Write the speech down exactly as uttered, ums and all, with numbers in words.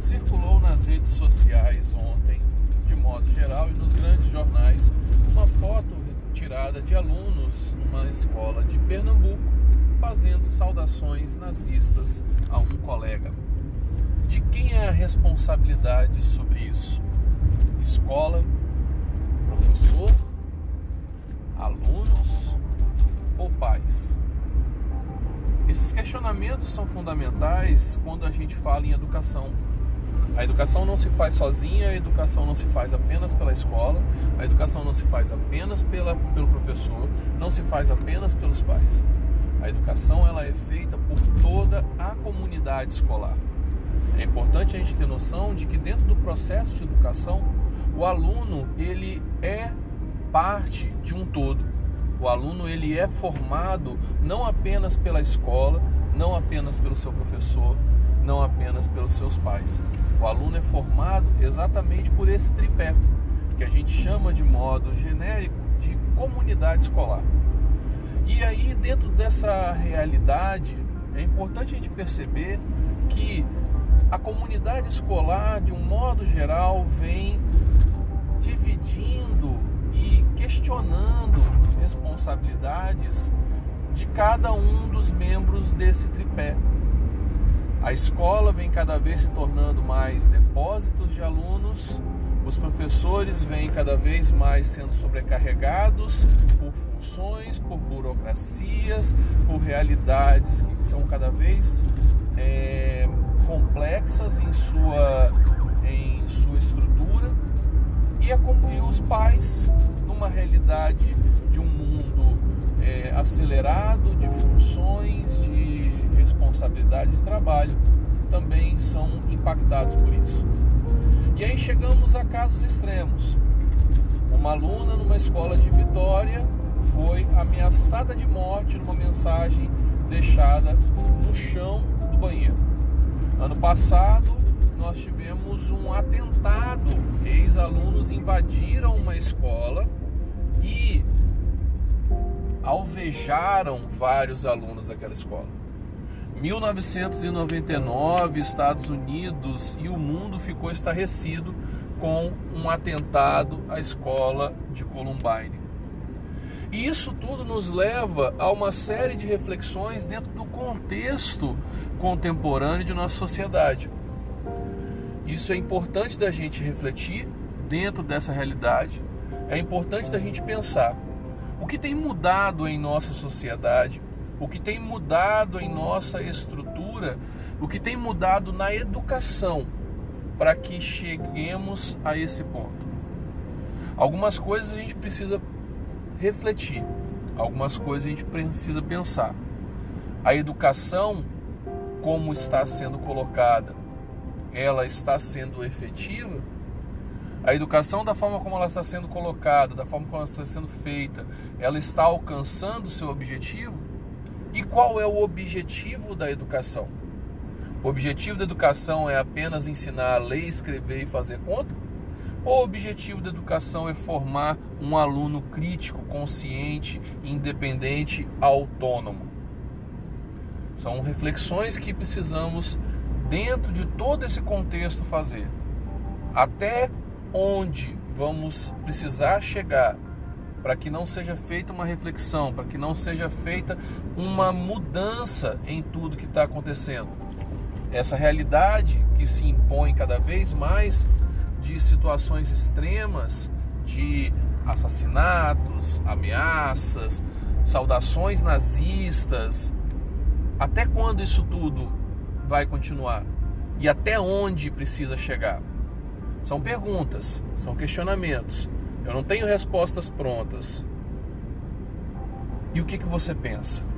Circulou nas redes sociais ontem, de modo geral, e nos grandes jornais, uma foto tirada de alunos numa escola de Pernambuco fazendo saudações nazistas a um colega. De quem é a responsabilidade sobre isso? Escola, professor, alunos ou pais? Esses questionamentos são fundamentais quando a gente fala em educação. A educação não se faz sozinha, a educação não se faz apenas pela escola, a educação não se faz apenas pela, pelo professor, não se faz apenas pelos pais. A educação ela é feita por toda a comunidade escolar. É importante a gente ter noção de que dentro do processo de educação, o aluno ele é parte de um todo. O aluno ele é formado não apenas pela escola, não apenas pelo seu professor, não apenas pelos seus pais. O aluno é formado exatamente por esse tripé, que a gente chama de modo genérico de comunidade escolar. E aí, dentro dessa realidade, é importante a gente perceber que a comunidade escolar, de um modo geral, vem dividindo e questionando responsabilidades de cada um dos membros desse tripé. A escola vem cada vez se tornando mais depósitos de alunos, os professores vêm cada vez mais sendo sobrecarregados por funções, por burocracias, por realidades que são cada vez é, complexas em sua, em sua estrutura, e, é como, e os pais, numa realidade de um mundo é, acelerado de funções, de responsabilidade de trabalho, também são impactados por isso. E aí chegamos a casos extremos. Uma aluna numa escola de Vitória foi ameaçada de morte numa mensagem deixada no chão do banheiro. Ano passado nós tivemos um atentado. Ex-alunos invadiram uma escola e alvejaram vários alunos daquela escola. mil novecentos e noventa e nove, Estados Unidos e o mundo ficou estarrecido com um atentado à escola de Columbine. E isso tudo nos leva a uma série de reflexões dentro do contexto contemporâneo de nossa sociedade. Isso é importante da gente refletir dentro dessa realidade. É importante da gente pensar o que tem mudado em nossa sociedade, o que tem mudado em nossa estrutura, o que tem mudado na educação para que cheguemos a esse ponto. Algumas coisas a gente precisa refletir, algumas coisas a gente precisa pensar. A educação, como está sendo colocada, ela está sendo efetiva? A educação, da forma como ela está sendo colocada, da forma como ela está sendo feita, ela está alcançando o seu objetivo? E qual é o objetivo da educação? O objetivo da educação é apenas ensinar a ler, escrever e fazer conta? Ou o objetivo da educação é formar um aluno crítico, consciente, independente, autônomo? São reflexões que precisamos, dentro de todo esse contexto, fazer. Até onde vamos precisar chegar para que não seja feita uma reflexão, para que não seja feita uma mudança em tudo que está acontecendo. Essa realidade que se impõe cada vez mais de situações extremas, de assassinatos, ameaças, saudações nazistas. Até quando isso tudo vai continuar? E até onde precisa chegar? São perguntas, são questionamentos. Eu não tenho respostas prontas. E o que que você pensa?